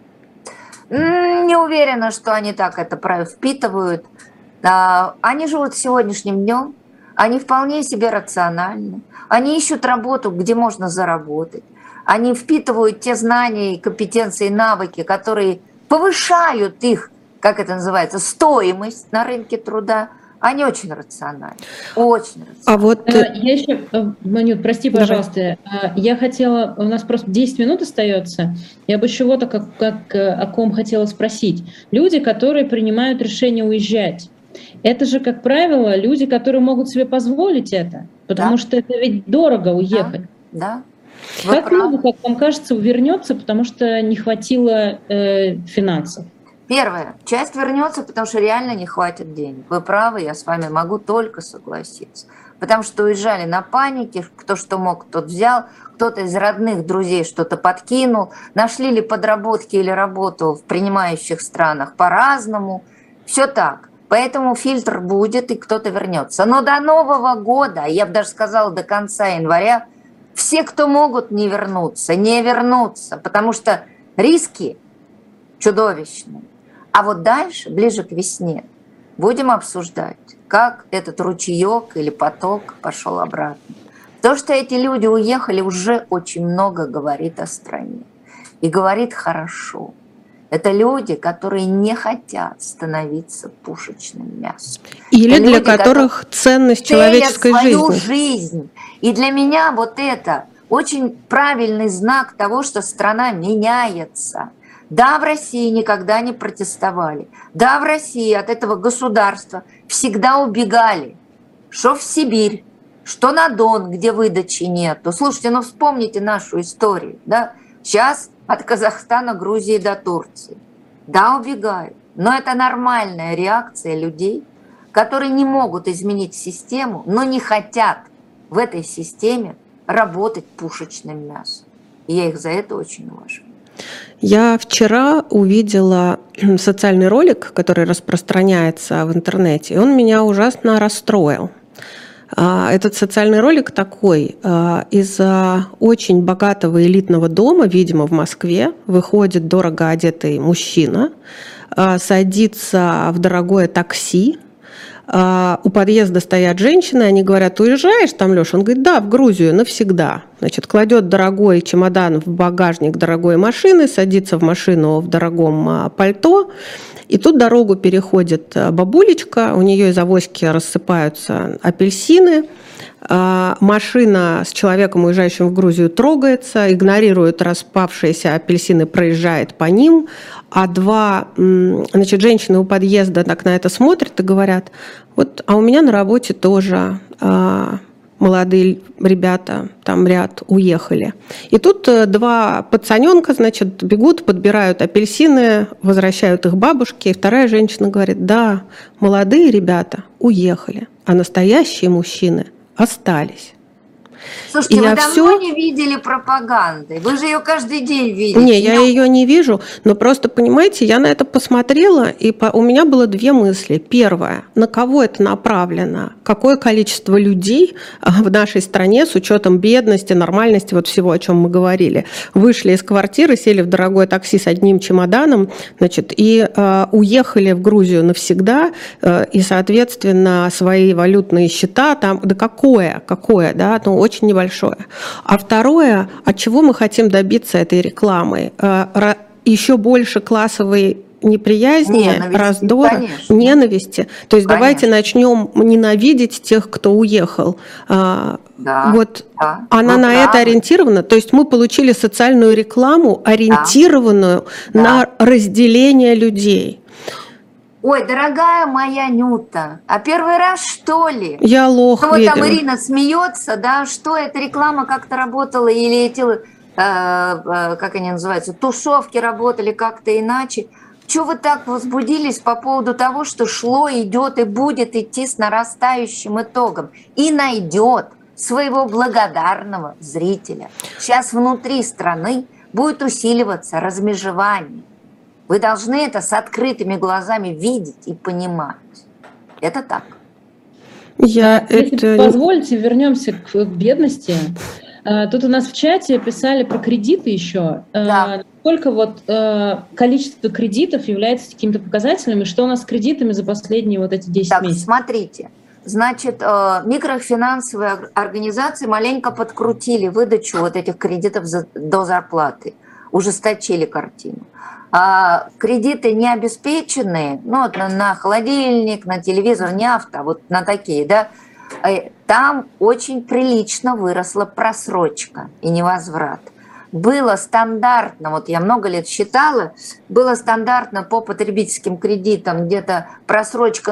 Не уверена, что они так это впитывают. Они живут сегодняшним днем, они вполне себе рациональны, они ищут работу, где можно заработать, они впитывают те знания, компетенции, навыки, которые повышают их, как это называется, стоимость на рынке труда. Они очень рациональны, очень рациональны. А вот... Я еще, Манют, прости, пожалуйста, я хотела, у нас просто 10 минут остается, я бы еще вот о ком хотела спросить. Люди, которые принимают решение уезжать, это же, как правило, люди, которые могут себе позволить это, потому что это ведь дорого уехать. Да. Как много, как вам кажется, вернется, потому что не хватило финансов? Первое. Часть вернется, потому что реально не хватит денег. Вы правы, я с вами могу только согласиться. потому что уезжали на панике, кто что мог, тот взял, кто-то из родных, друзей что-то подкинул, нашли ли подработки или работу в принимающих странах по-разному, все так. Поэтому фильтр будет, и кто-то вернется. Но до Нового года, я бы даже сказала до конца января, все, кто могут, не вернутся, потому что риски чудовищные. А вот дальше, ближе к весне, будем обсуждать, как этот ручеек или поток пошел обратно. То, что эти люди уехали, уже очень много говорит о стране. И говорит хорошо. Это люди, которые не хотят становиться пушечным мясом. Или это для люди, которых ценность человеческой свою жизни. жизнь. И для меня вот это очень правильный знак того, что страна меняется. Да, в России никогда не протестовали. Да, в России от этого государства всегда убегали. Что в Сибирь, что на Дон, где выдачи нету. Слушайте, ну вспомните нашу историю. Да? Сейчас от Казахстана, Грузии до Турции. Да, убегают. Но это нормальная реакция людей, которые не могут изменить систему, но не хотят в этой системе работать пушечным мясом. И я их за это очень уважаю. Я вчера увидела социальный ролик, который распространяется в интернете, и он меня ужасно расстроил. Этот социальный ролик такой. Из очень богатого элитного дома, видимо, в Москве, выходит дорого одетый мужчина, садится в дорогое такси. У подъезда стоят женщины, они говорят: уезжаешь там, Лёш? Он говорит: да, в Грузию навсегда. Значит, кладет дорогой чемодан в багажник дорогой машины, садится в машину в дорогом пальто, и тут дорогу переходит бабулечка, у нее из авоськи рассыпаются апельсины, машина с человеком, уезжающим в Грузию, трогается, игнорирует распавшиеся апельсины, проезжает по ним, а значит, женщины у подъезда так на это смотрят и говорят: вот, а у меня на работе тоже молодые ребята, там ряд, уехали. И тут два пацаненка, значит, бегут, подбирают апельсины, возвращают их бабушке, и вторая женщина говорит: да, молодые ребята уехали, а настоящие мужчины остались. Слушайте, вы давно не видели пропаганды? Вы же ее каждый день видите. Не, я ее не вижу, но просто, понимаете, я на это посмотрела, и у меня было две мысли. Первая: на кого это направлено? Какое количество людей в нашей стране, с учетом бедности, нормальности, вот всего, о чем мы говорили, вышли из квартиры, сели в дорогое такси с одним чемоданом, значит, и уехали в Грузию навсегда, и, соответственно, свои валютные счета там, да какое, да, ну, очень небольшое. А второе: от чего мы хотим добиться этой рекламой? Еще больше классовой неприязни, раздора, конечно. Ненависти. То есть давайте начнем ненавидеть тех, кто уехал. Да, вот да, она на это ориентирована. То есть мы получили социальную рекламу, ориентированную на разделение людей. Ой, дорогая моя Нюта, а первый раз, что ли? Я лох, ну, вот там Ирина смеется, да, что эта реклама как-то работала, или эти, как они называются, тусовки работали как-то иначе. Чего вы так возбудились по поводу того, что шло, идет и будет идти с нарастающим итогом? И найдет своего благодарного зрителя. Сейчас внутри страны будет усиливаться размежевание. Вы должны это с открытыми глазами видеть и понимать. Это так. Если позволите, вернемся к бедности. Тут у нас в чате писали про кредиты еще. Да. Сколько вот количество кредитов является каким-то показателем, и что у нас с кредитами за последние вот эти 10 месяцев? Смотрите. Значит, микрофинансовые организации маленько подкрутили выдачу вот этих кредитов до зарплаты, ужесточили картину. Кредиты не обеспеченные, ну, вот на холодильник, на телевизор, не авто, вот на такие, да, там очень прилично выросла просрочка и невозврат. Было стандартно, вот я много лет считала, было стандартно по потребительским кредитам где-то просрочка,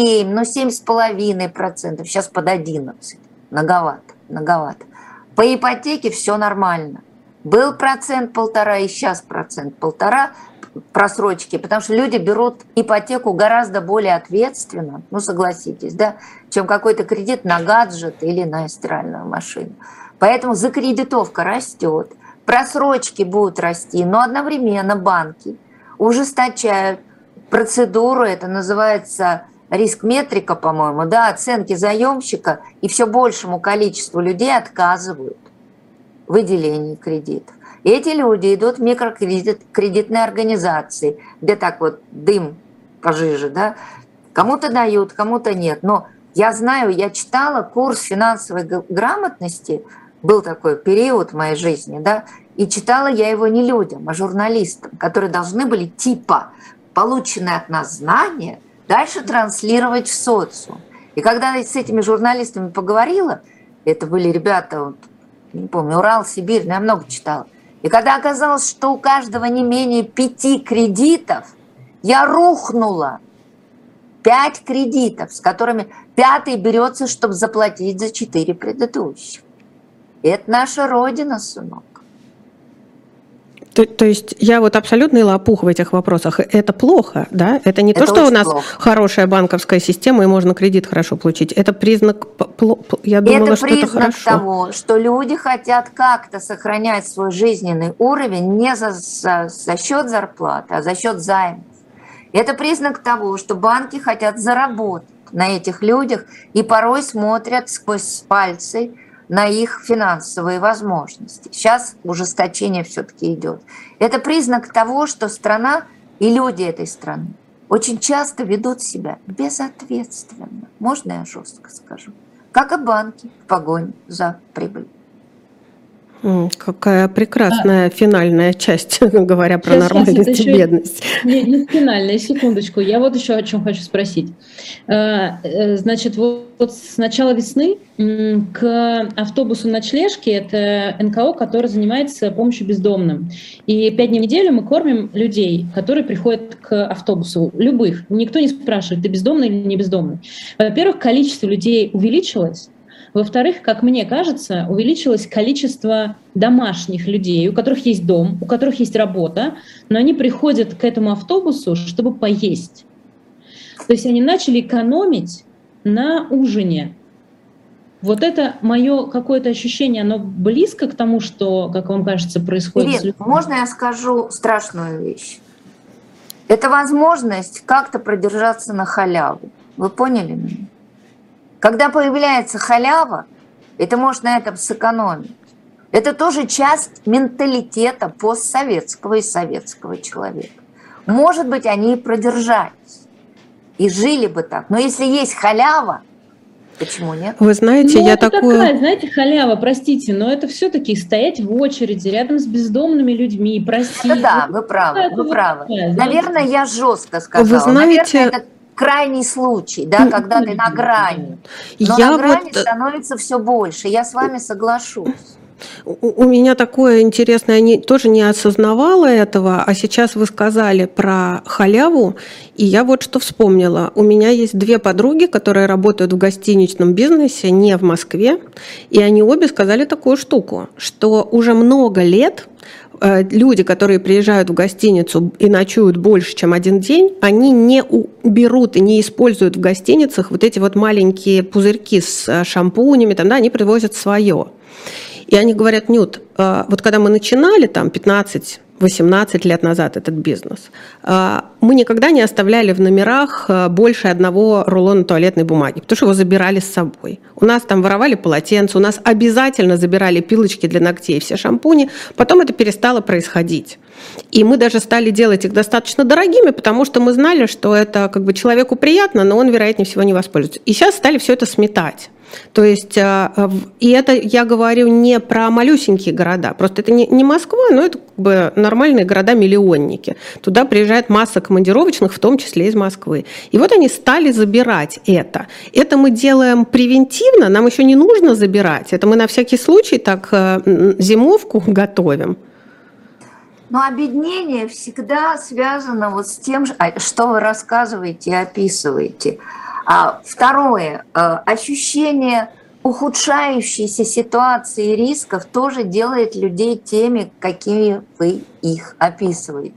7,5%, сейчас под 11%, многовато. По ипотеке все нормально. Был 1,5%, и сейчас 1,5%. просрочки, потому что люди берут ипотеку гораздо более ответственно, ну согласитесь, да, чем какой-то кредит на гаджет или на стиральную машину. Поэтому закредитовка растет, просрочки будут расти, но одновременно банки ужесточают процедуру, это называется риск-метрика, по-моему, да, оценки заемщика, и все большему количеству людей отказывают в выделении кредитов. И эти люди идут в микрокредитные организации, где так вот дым пожиже, да, кому-то дают, кому-то нет. Но я знаю, я читала курс финансовой грамотности, был такой период в моей жизни, да, и читала я его не людям, а журналистам, которые должны были типа полученные от нас знания дальше транслировать в социум. И когда я с этими журналистами поговорила, это были ребята, не помню, Урал, Сибирь, но я много читала. И когда оказалось, что у каждого не менее 5 кредитов, я рухнула. 5 кредитов, с которыми 5-й берется, чтобы заплатить за 4 предыдущих. Это наша Родина, сынок. То есть я вот абсолютный лопух в этих вопросах. Это плохо, да? Это не Это то, что у нас плохо. Хорошая банковская система, и можно кредит хорошо получить. Это признак, я думала, что это хорошо. Это признак того, что люди хотят как-то сохранять свой жизненный уровень не за счет зарплаты, а за счет займов. Это признак того, что банки хотят заработать на этих людях и порой смотрят сквозь пальцы на их финансовые возможности. Сейчас ужесточение все-таки идет. Это признак того, что страна и люди этой страны очень часто ведут себя безответственно. Можно я жестко скажу? Как и банки в погоне за прибыль. Какая прекрасная финальная часть, говоря про нормальность и бедность. Не финальная, секундочку. Я вот еще о чем хочу спросить. Значит, вот с начала весны к автобусу ночлежки, это НКО, который занимается помощью бездомным. И 5 дней в неделю мы кормим людей, которые приходят к автобусу, любых. Никто не спрашивает, ты бездомный или не бездомный. Во-первых, количество людей увеличилось. Во-вторых, как мне кажется, увеличилось количество домашних людей, у которых есть дом, у которых есть работа, но они приходят к этому автобусу, чтобы поесть. То есть они начали экономить на ужине. Вот это мое какое-то ощущение, оно близко к тому, что, как вам кажется, происходит Ирина, с людьми? можно я скажу страшную вещь? Это возможность как-то продержаться на халяву. Вы поняли меня? Когда появляется халява, и ты можешь на этом сэкономить. Это тоже часть менталитета постсоветского и советского человека. Может быть, они и продержались, и жили бы так. Но если есть халява, почему нет? Вы знаете, я это такую... такая, знаете, халява, простите, но это все-таки стоять в очереди рядом с бездомными людьми, просить. Да, вы правы, вы правы. Наверное, я жестко сказала. Вы знаете... Наверное, это крайний случай, да, когда ты на грани. Но на грани становится все больше. Я с вами соглашусь. У меня такое интересное, я тоже не осознавала этого, а сейчас вы сказали про халяву, и я вот что вспомнила. У меня есть 2 подруги, которые работают в гостиничном бизнесе, не в Москве, и они обе сказали такую штуку, что уже много лет люди, которые приезжают в гостиницу и ночуют больше, чем 1 день, они не берут и не используют в гостиницах вот эти вот маленькие пузырьки с шампунями, там, да, они привозят свое. И они говорят, Нют, вот когда мы начинали там 15-18 лет назад этот бизнес, мы никогда не оставляли в номерах больше 1 рулона туалетной бумаги, потому что его забирали с собой. У нас там воровали полотенца, у нас обязательно забирали пилочки для ногтей, все шампуни. Потом это перестало происходить. И мы даже стали делать их достаточно дорогими, потому что мы знали, что это как бы человеку приятно, но он, вероятнее всего, не воспользуется. И сейчас стали все это сметать. То есть, и это я говорю не про малюсенькие города, просто это не Москва, но это как бы нормальные города-миллионники. Туда приезжает масса командировочных, в том числе из Москвы. И вот они стали забирать это. Это мы делаем превентивно, нам еще не нужно забирать. Это мы на всякий случай так зимовку готовим. Но обеднение всегда связано вот с тем, что вы рассказываете и описываете. Второе, ощущение ухудшающейся ситуации и рисков тоже делает людей теми, какими вы их описываете.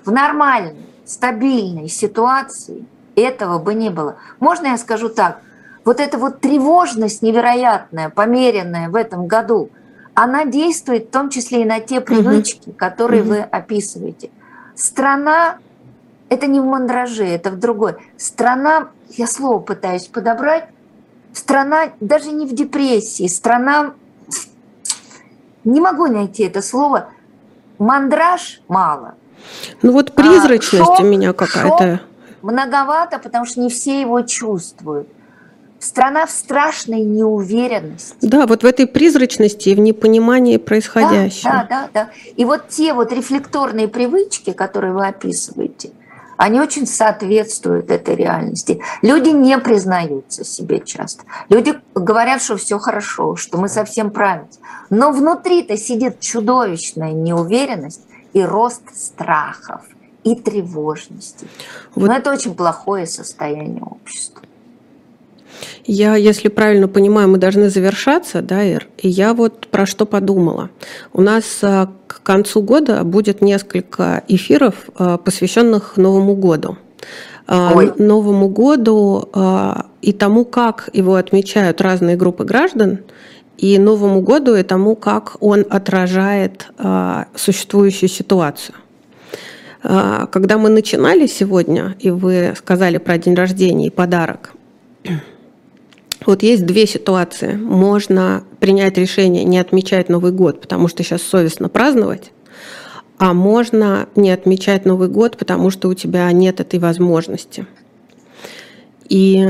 В нормальной, стабильной ситуации этого бы не было. Можно я скажу так? Вот эта вот тревожность невероятная, померенная в этом году, она действует в том числе и на те привычки, которые вы описываете. Страна, это не в мандраже, это в другой. Страна, я слово пытаюсь подобрать, страна даже не в депрессии, страна, не могу найти это слово, мандраж мало. Ну вот призрачность шок, у меня какая-то. Многовато, потому что не все его чувствуют. Страна в страшной неуверенности. Да, вот в этой призрачности и в непонимании происходящего. Да. И вот те вот рефлекторные привычки, которые вы описываете, они очень соответствуют этой реальности. Люди не признаются себе часто. Люди говорят, что все хорошо, что мы совсем правильно. Но внутри-то сидит чудовищная неуверенность и рост страхов, и тревожности. Вот. Но это очень плохое состояние общества. Я, если правильно понимаю, мы должны завершаться, да, Ир? И я вот про что подумала. У нас к концу года будет несколько эфиров, посвященных Новому году. Новому году и тому, как его отмечают разные группы граждан, и Новому году и тому, как он отражает существующую ситуацию. Когда мы начинали сегодня, и вы сказали про день рождения и подарок, вот есть две ситуации. Можно принять решение не отмечать Новый год, потому что сейчас совестно праздновать, а можно не отмечать Новый год, потому что у тебя нет этой возможности. И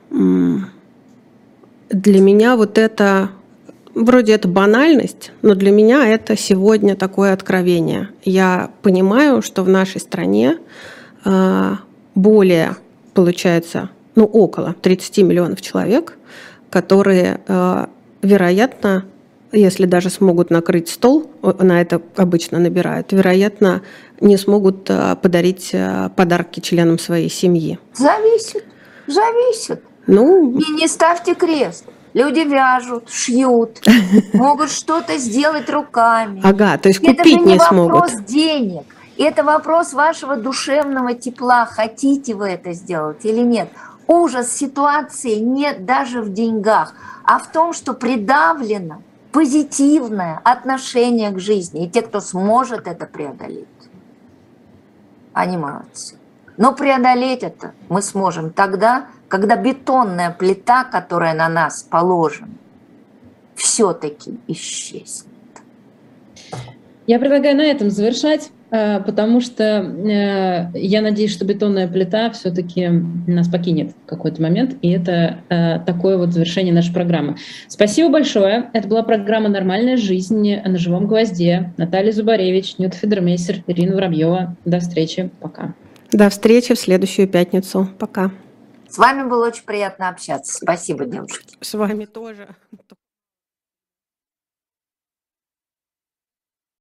для меня вот это, вроде это банальность, но для меня это сегодня такое откровение. Я понимаю, что в нашей стране более, получается, около 30 миллионов человек, которые, вероятно, если даже смогут накрыть стол, на это обычно набирают, вероятно, не смогут подарить подарки членам своей семьи. Зависит. Не ставьте крест. Люди вяжут, шьют, могут что-то сделать руками. Ага, то есть купить не смогут. Это же не вопрос денег. Это вопрос вашего душевного тепла. Хотите вы это сделать или нет? Ужас ситуации нет даже в деньгах, а в том, что придавлено позитивное отношение к жизни. И те, кто сможет это преодолеть, они молодцы. Но преодолеть это мы сможем тогда, когда бетонная плита, которая на нас положена, все-таки исчезнет. Я предлагаю на этом завершать, потому что я надеюсь, что бетонная плита все-таки нас покинет в какой-то момент, и это такое вот завершение нашей программы. Спасибо большое. Это была программа «Нормальная жизнь» на «Живом гвозде». Наталья Зубаревич, Нюта Федермейстер, Ирина Воробьева. До встречи. Пока. До встречи в следующую пятницу. Пока. С вами было очень приятно общаться. Спасибо, девушки. С вами тоже.